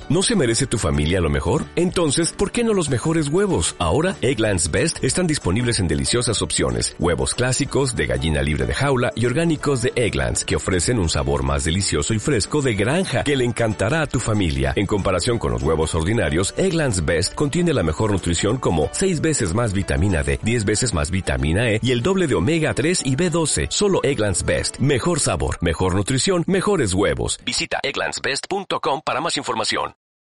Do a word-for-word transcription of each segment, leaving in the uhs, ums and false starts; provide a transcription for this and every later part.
¿No se merece tu familia lo mejor? Entonces, ¿por qué no los mejores huevos? Ahora, Eggland's Best están disponibles en deliciosas opciones. Huevos clásicos, de gallina libre de jaula y orgánicos de Eggland's, que ofrecen un sabor más delicioso y fresco de granja que le encantará a tu familia. En comparación con los huevos ordinarios, Eggland's Best contiene la mejor nutrición como seis veces más vitamina D, diez veces más vitamina E y el doble de omega tres y B doce. Solo Eggland's Best. Mejor sabor, mejor nutrición, mejores huevos. Visita egglands best punto com para más información.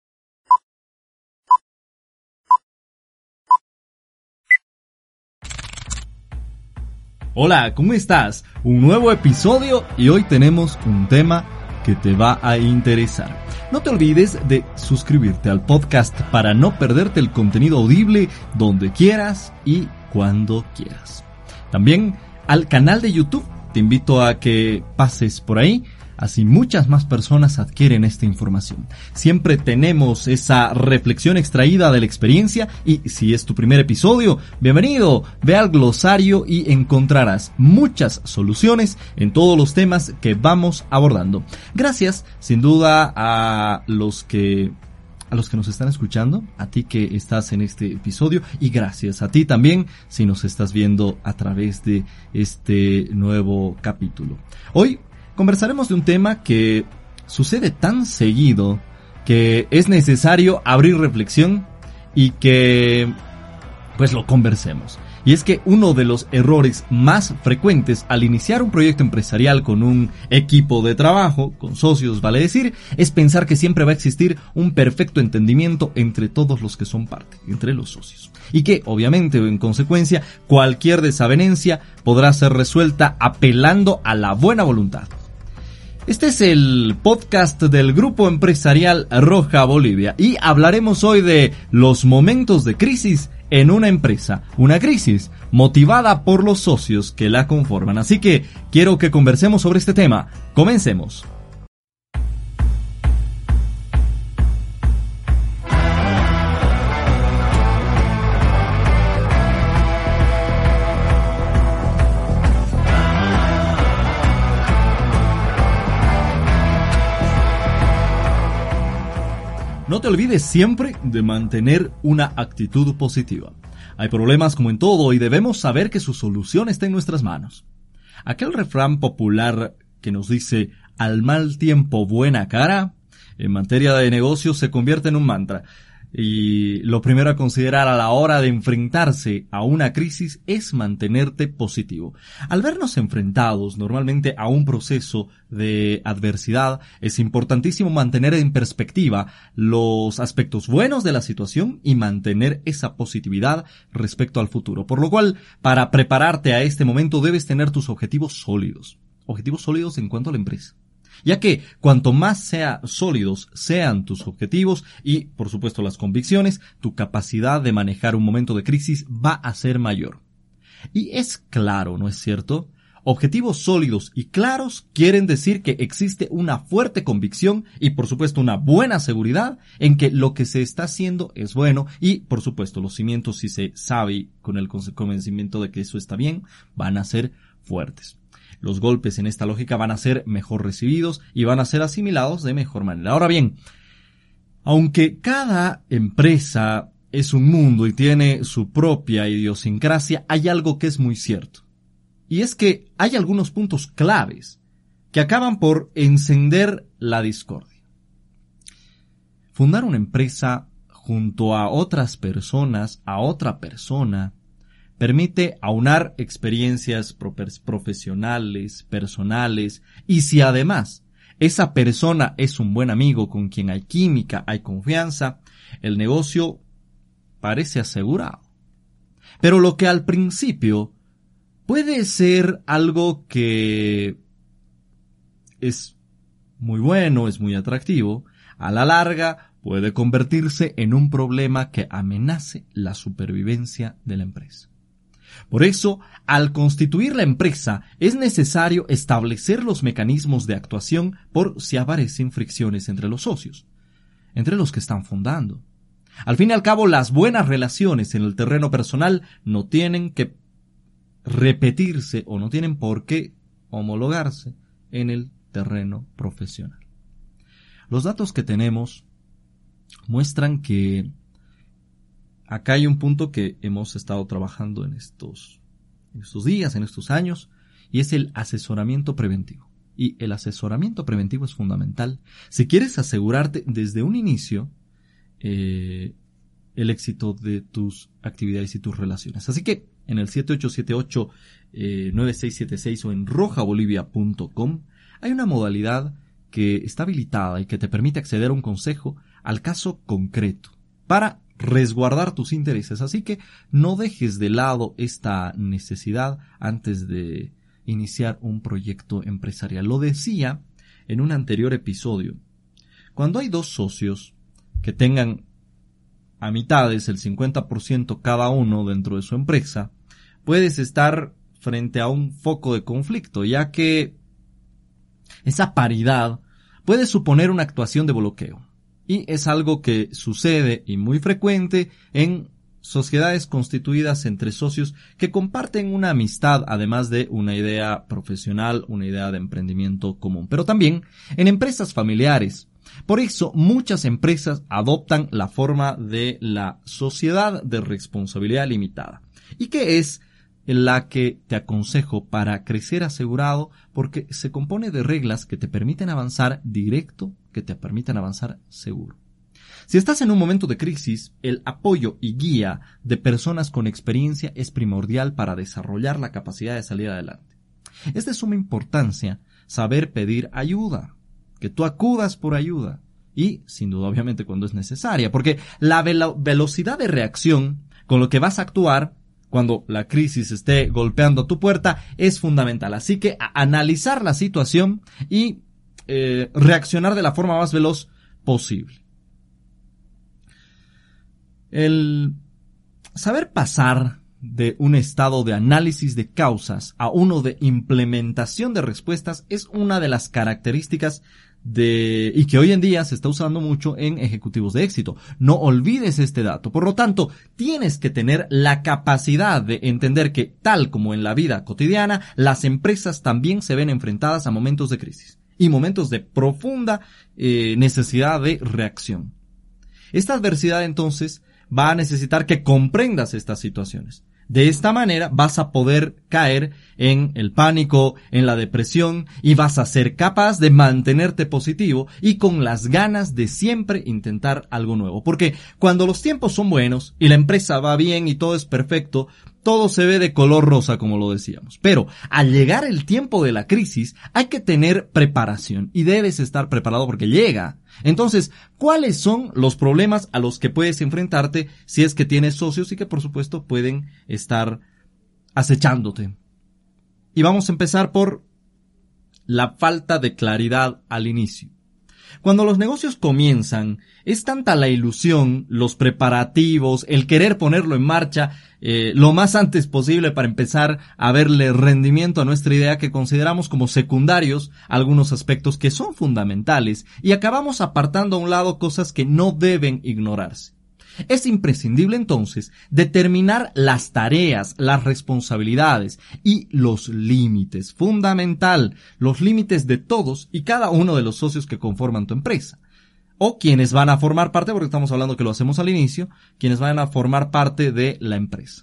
Hola, ¿cómo estás? Un nuevo episodio y hoy tenemos un tema que te va a interesar. No te olvides de suscribirte al podcast para no perderte el contenido audible donde quieras y cuando quieras. También al canal de YouTube, te invito a que pases por ahí. Así muchas más personas adquieren esta información. Siempre tenemos esa reflexión extraída de la experiencia y si es tu primer episodio, bienvenido. Ve al glosario y encontrarás muchas soluciones en todos los temas que vamos abordando. Gracias, sin duda, a los que... a los que nos están escuchando, a ti que estás en este episodio y gracias a ti también si nos estás viendo a través de este nuevo capítulo. Hoy conversaremos de un tema que sucede tan seguido que es necesario abrir reflexión y que pues lo conversemos. Y es que uno de los errores más frecuentes al iniciar un proyecto empresarial con un equipo de trabajo, con socios vale decir, es pensar que siempre va a existir un perfecto entendimiento entre todos los que son parte, entre los socios. Y que, obviamente, en consecuencia, cualquier desavenencia podrá ser resuelta apelando a la buena voluntad. Este es el podcast del Grupo Empresarial Roja Bolivia y hablaremos hoy de los momentos de crisis en una empresa, una crisis motivada por los socios que la conforman. Así que quiero que conversemos sobre este tema. Comencemos. No te olvides siempre de mantener una actitud positiva. Hay problemas como en todo y debemos saber que su solución está en nuestras manos. Aquel refrán popular que nos dice al mal tiempo buena cara, en materia de negocios se convierte en un mantra. Y lo primero a considerar a la hora de enfrentarse a una crisis es mantenerte positivo. Al vernos enfrentados normalmente a un proceso de adversidad, es importantísimo mantener en perspectiva los aspectos buenos de la situación y mantener esa positividad respecto al futuro. Por lo cual, para prepararte a este momento debes tener tus objetivos sólidos. Objetivos sólidos en cuanto a la empresa. Ya que cuanto más sea sólidos sean tus objetivos y, por supuesto, las convicciones, tu capacidad de manejar un momento de crisis va a ser mayor. Y es claro, ¿no es cierto? Objetivos sólidos y claros quieren decir que existe una fuerte convicción y, por supuesto, una buena seguridad en que lo que se está haciendo es bueno y, por supuesto, los cimientos, si se sabe con el convencimiento de que eso está bien, van a ser fuertes. Los golpes en esta lógica van a ser mejor recibidos y van a ser asimilados de mejor manera. Ahora bien, aunque cada empresa es un mundo y tiene su propia idiosincrasia, hay algo que es muy cierto. Y es que hay algunos puntos claves que acaban por encender la discordia. Fundar una empresa junto a otras personas, a otra persona, permite aunar experiencias profesionales, personales, y si además esa persona es un buen amigo con quien hay química, hay confianza, el negocio parece asegurado. Pero lo que al principio puede ser algo que es muy bueno, es muy atractivo, a la larga puede convertirse en un problema que amenace la supervivencia de la empresa. Por eso, al constituir la empresa, es necesario establecer los mecanismos de actuación por si aparecen fricciones entre los socios, entre los que están fundando. Al fin y al cabo, las buenas relaciones en el terreno personal no tienen que repetirse o no tienen por qué homologarse en el terreno profesional. Los datos que tenemos muestran que acá hay un punto que hemos estado trabajando en estos, en estos días, en estos años, y es el asesoramiento preventivo. Y el asesoramiento preventivo es fundamental si quieres asegurarte desde un inicio eh, el éxito de tus actividades y tus relaciones. Así que en el siete ocho siete ocho nueve seis siete seis o en roja bolivia punto com hay una modalidad que está habilitada y que te permite acceder a un consejo al caso concreto para resguardar tus intereses. Así que no dejes de lado esta necesidad antes de iniciar un proyecto empresarial. Lo decía en un anterior episodio. Cuando hay dos socios que tengan a mitades, el cincuenta por ciento cada uno dentro de su empresa, puedes estar frente a un foco de conflicto, ya que esa paridad puede suponer una actuación de bloqueo. Y es algo que sucede y muy frecuente en sociedades constituidas entre socios que comparten una amistad, además de una idea profesional, una idea de emprendimiento común. Pero también en empresas familiares. Por eso, muchas empresas adoptan la forma de la sociedad de responsabilidad limitada. ¿Y qué es la que te aconsejo para crecer asegurado? Porque se compone de reglas que te permiten avanzar directo, que te permiten avanzar seguro. Si estás en un momento de crisis, el apoyo y guía de personas con experiencia es primordial para desarrollar la capacidad de salir adelante. Es de suma importancia saber pedir ayuda, que tú acudas por ayuda y, sin duda, obviamente, cuando es necesaria, porque la velo- velocidad de reacción con lo que vas a actuar cuando la crisis esté golpeando a tu puerta es fundamental. Así que a analizar la situación y eh, reaccionar de la forma más veloz posible. El saber pasar de un estado de análisis de causas a uno de implementación de respuestas es una de las características de y que hoy en día se está usando mucho en ejecutivos de éxito. No olvides este dato. Por lo tanto, tienes que tener la capacidad de entender que, tal como en la vida cotidiana, las empresas también se ven enfrentadas a momentos de crisis y momentos de profunda eh, necesidad de reacción. Esta adversidad, entonces, va a necesitar que comprendas estas situaciones. De esta manera vas a poder caer en el pánico, en la depresión, y vas a ser capaz de mantenerte positivo y con las ganas de siempre intentar algo nuevo. Porque cuando los tiempos son buenos y la empresa va bien y todo es perfecto, todo se ve de color rosa, como lo decíamos. Pero al llegar el tiempo de la crisis, hay que tener preparación y debes estar preparado porque llega. Entonces, ¿cuáles son los problemas a los que puedes enfrentarte si es que tienes socios y que, por supuesto, pueden estar acechándote? Y vamos a empezar por la falta de claridad al inicio. Cuando los negocios comienzan, es tanta la ilusión, los preparativos, el querer ponerlo en marcha eh, lo más antes posible para empezar a verle rendimiento a nuestra idea, que consideramos como secundarios algunos aspectos que son fundamentales y acabamos apartando a un lado cosas que no deben ignorarse. Es imprescindible entonces determinar las tareas, las responsabilidades y los límites. Fundamental, los límites de todos y cada uno de los socios que conforman tu empresa. O quienes van a formar parte, porque estamos hablando que lo hacemos al inicio, quienes van a formar parte de la empresa.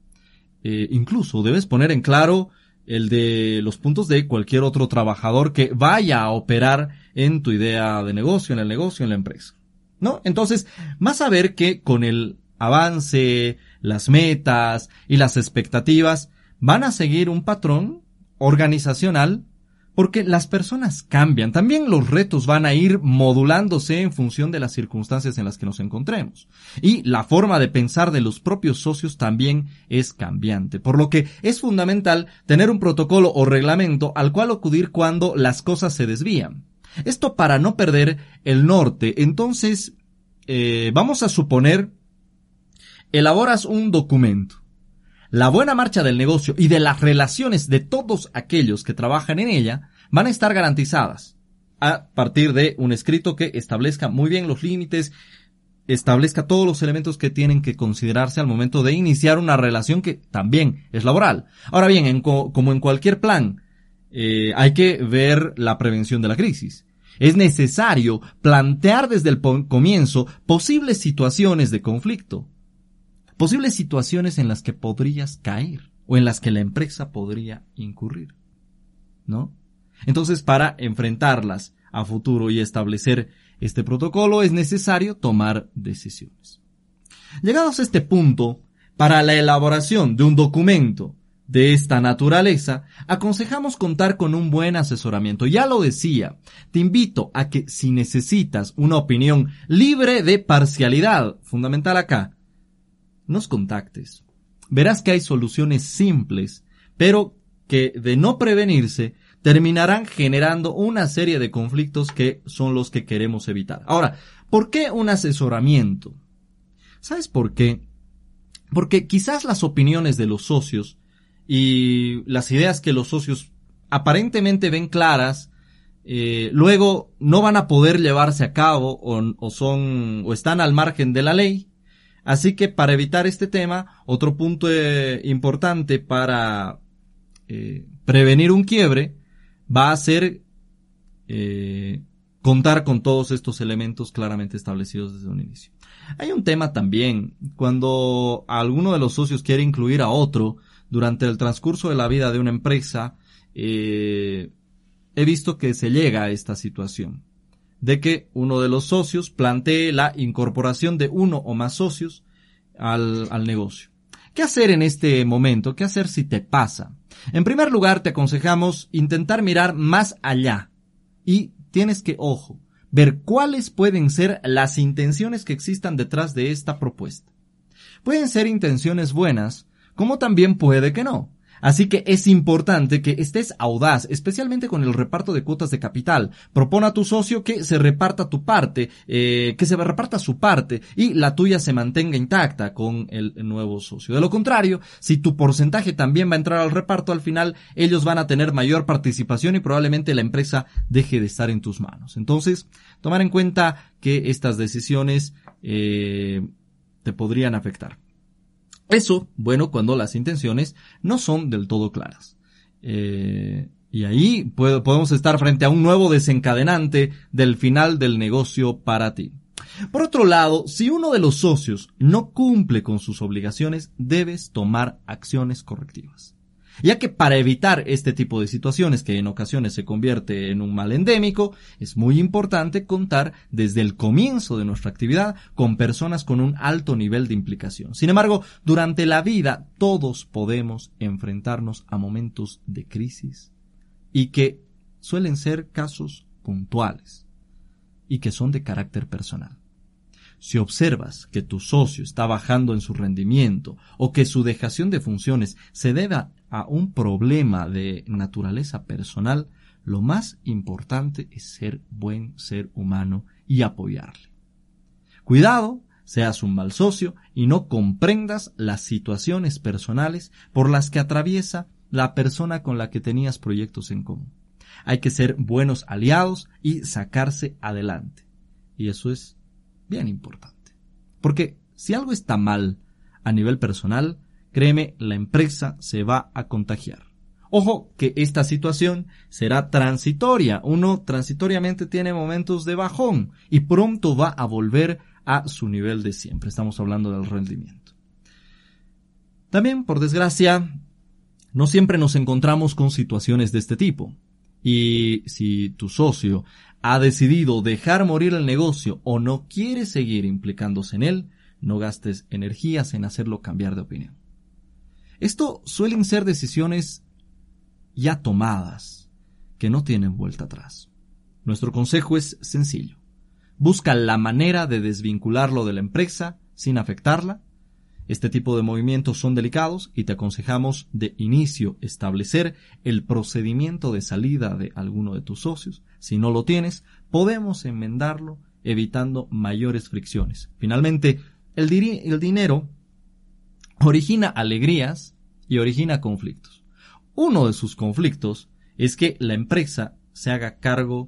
Eh, incluso debes poner en claro el de los puntos de cualquier otro trabajador que vaya a operar en tu idea de negocio, en el negocio, en la empresa, ¿no? Entonces, vas a ver que con el avance, las metas y las expectativas van a seguir un patrón organizacional, porque las personas cambian. También los retos van a ir modulándose en función de las circunstancias en las que nos encontremos. Y la forma de pensar de los propios socios también es cambiante. Por lo que es fundamental tener un protocolo o reglamento al cual acudir cuando las cosas se desvían. Esto para no perder el norte. Entonces, eh, vamos a suponer, elaboras un documento. La buena marcha del negocio y de las relaciones de todos aquellos que trabajan en ella van a estar garantizadas a partir de un escrito que establezca muy bien los límites, establezca todos los elementos que tienen que considerarse al momento de iniciar una relación que también es laboral. Ahora bien, en co- como en cualquier plan, eh, hay que ver la prevención de la crisis. Es necesario plantear desde el comienzo posibles situaciones de conflicto, posibles situaciones en las que podrías caer o en las que la empresa podría incurrir, ¿no? Entonces, para enfrentarlas a futuro y establecer este protocolo es necesario tomar decisiones. Llegados a este punto, para la elaboración de un documento de esta naturaleza, aconsejamos contar con un buen asesoramiento. Ya lo decía, te invito a que si necesitas una opinión libre de parcialidad, fundamental acá, nos contactes. Verás que hay soluciones simples, pero que de no prevenirse, terminarán generando una serie de conflictos que son los que queremos evitar. Ahora, ¿por qué un asesoramiento? ¿Sabes por qué? Porque quizás las opiniones de los socios y las ideas que los socios aparentemente ven claras, eh, luego no van a poder llevarse a cabo o, o son o están al margen de la ley. Así que para evitar este tema, otro punto eh, importante para eh, prevenir un quiebre va a ser eh, contar con todos estos elementos claramente establecidos desde un inicio. Hay un tema también, cuando alguno de los socios quiere incluir a otro durante el transcurso de la vida de una empresa, eh, he visto que se llega a esta situación, de que uno de los socios plantee la incorporación de uno o más socios al, al negocio. ¿Qué hacer en este momento? ¿Qué hacer si te pasa? En primer lugar, te aconsejamos intentar mirar más allá y tienes que, ojo, ver cuáles pueden ser las intenciones que existan detrás de esta propuesta. Pueden ser intenciones buenas, como también puede que no. Así que es importante que estés audaz, especialmente con el reparto de cuotas de capital. Propon a tu socio que se reparta tu parte, eh, que se reparta su parte y la tuya se mantenga intacta con el nuevo socio. De lo contrario, si tu porcentaje también va a entrar al reparto, al final ellos van a tener mayor participación y probablemente la empresa deje de estar en tus manos. Entonces, tomar en cuenta que estas decisiones eh, te podrían afectar. Eso, bueno, cuando las intenciones no son del todo claras. Eh, y ahí puede, podemos estar frente a un nuevo desencadenante del final del negocio para ti. Por otro lado, si uno de los socios no cumple con sus obligaciones, debes tomar acciones correctivas. Ya que para evitar este tipo de situaciones que en ocasiones se convierte en un mal endémico, es muy importante contar desde el comienzo de nuestra actividad con personas con un alto nivel de implicación. Sin embargo, durante la vida todos podemos enfrentarnos a momentos de crisis y que suelen ser casos puntuales y que son de carácter personal. Si observas que tu socio está bajando en su rendimiento o que su dejación de funciones se debe a un problema de naturaleza personal, lo más importante es ser buen ser humano y apoyarle. Cuidado, seas un mal socio y no comprendas las situaciones personales por las que atraviesa la persona con la que tenías proyectos en común. Hay que ser buenos aliados y sacarse adelante. Y eso es bien importante. Porque si algo está mal a nivel personal, créeme, la empresa se va a contagiar. Ojo que esta situación será transitoria. Uno transitoriamente tiene momentos de bajón y pronto va a volver a su nivel de siempre. Estamos hablando del rendimiento. También, por desgracia, no siempre nos encontramos con situaciones de este tipo. Y si tu socio ha decidido dejar morir el negocio o no quiere seguir implicándose en él, no gastes energías en hacerlo cambiar de opinión. Esto suelen ser decisiones ya tomadas, que no tienen vuelta atrás. Nuestro consejo es sencillo. Busca la manera de desvincularlo de la empresa sin afectarla. Este tipo de movimientos son delicados y te aconsejamos de inicio establecer el procedimiento de salida de alguno de tus socios. Si no lo tienes, podemos enmendarlo evitando mayores fricciones. Finalmente, el, di- el dinero origina alegrías y origina conflictos. Uno de sus conflictos es que la empresa se haga cargo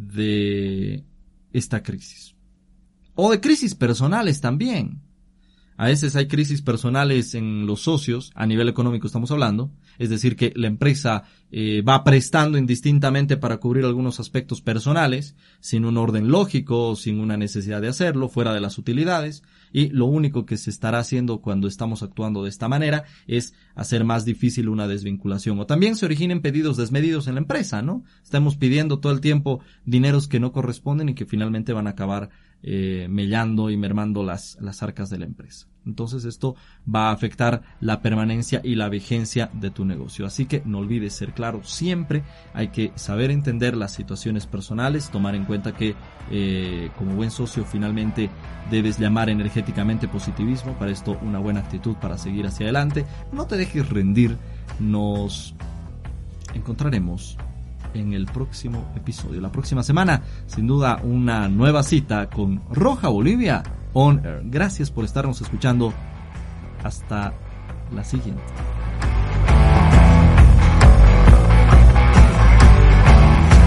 de esta crisis. O de crisis personales también. A veces hay crisis personales en los socios, a nivel económico estamos hablando, es decir que la empresa eh, va prestando indistintamente para cubrir algunos aspectos personales, sin un orden lógico, sin una necesidad de hacerlo, fuera de las utilidades, y lo único que se estará haciendo cuando estamos actuando de esta manera es hacer más difícil una desvinculación. O también se originen pedidos desmedidos en la empresa, ¿no? Estamos pidiendo todo el tiempo dineros que no corresponden y que finalmente van a acabar eh, mellando y mermando las, las arcas de la empresa. Entonces esto va a afectar la permanencia y la vigencia de tu negocio. Así que no olvides ser claro siempre. Hay que saber entender las situaciones personales, tomar en cuenta que eh, como buen socio finalmente debes llamar energéticamente positivismo. Para esto una buena actitud para seguir hacia adelante. No te dejes rendir. Nos encontraremos en el próximo episodio. La próxima semana, sin duda, una nueva cita con Roja Bolivia On Air. Gracias por estarnos escuchando. Hasta la siguiente.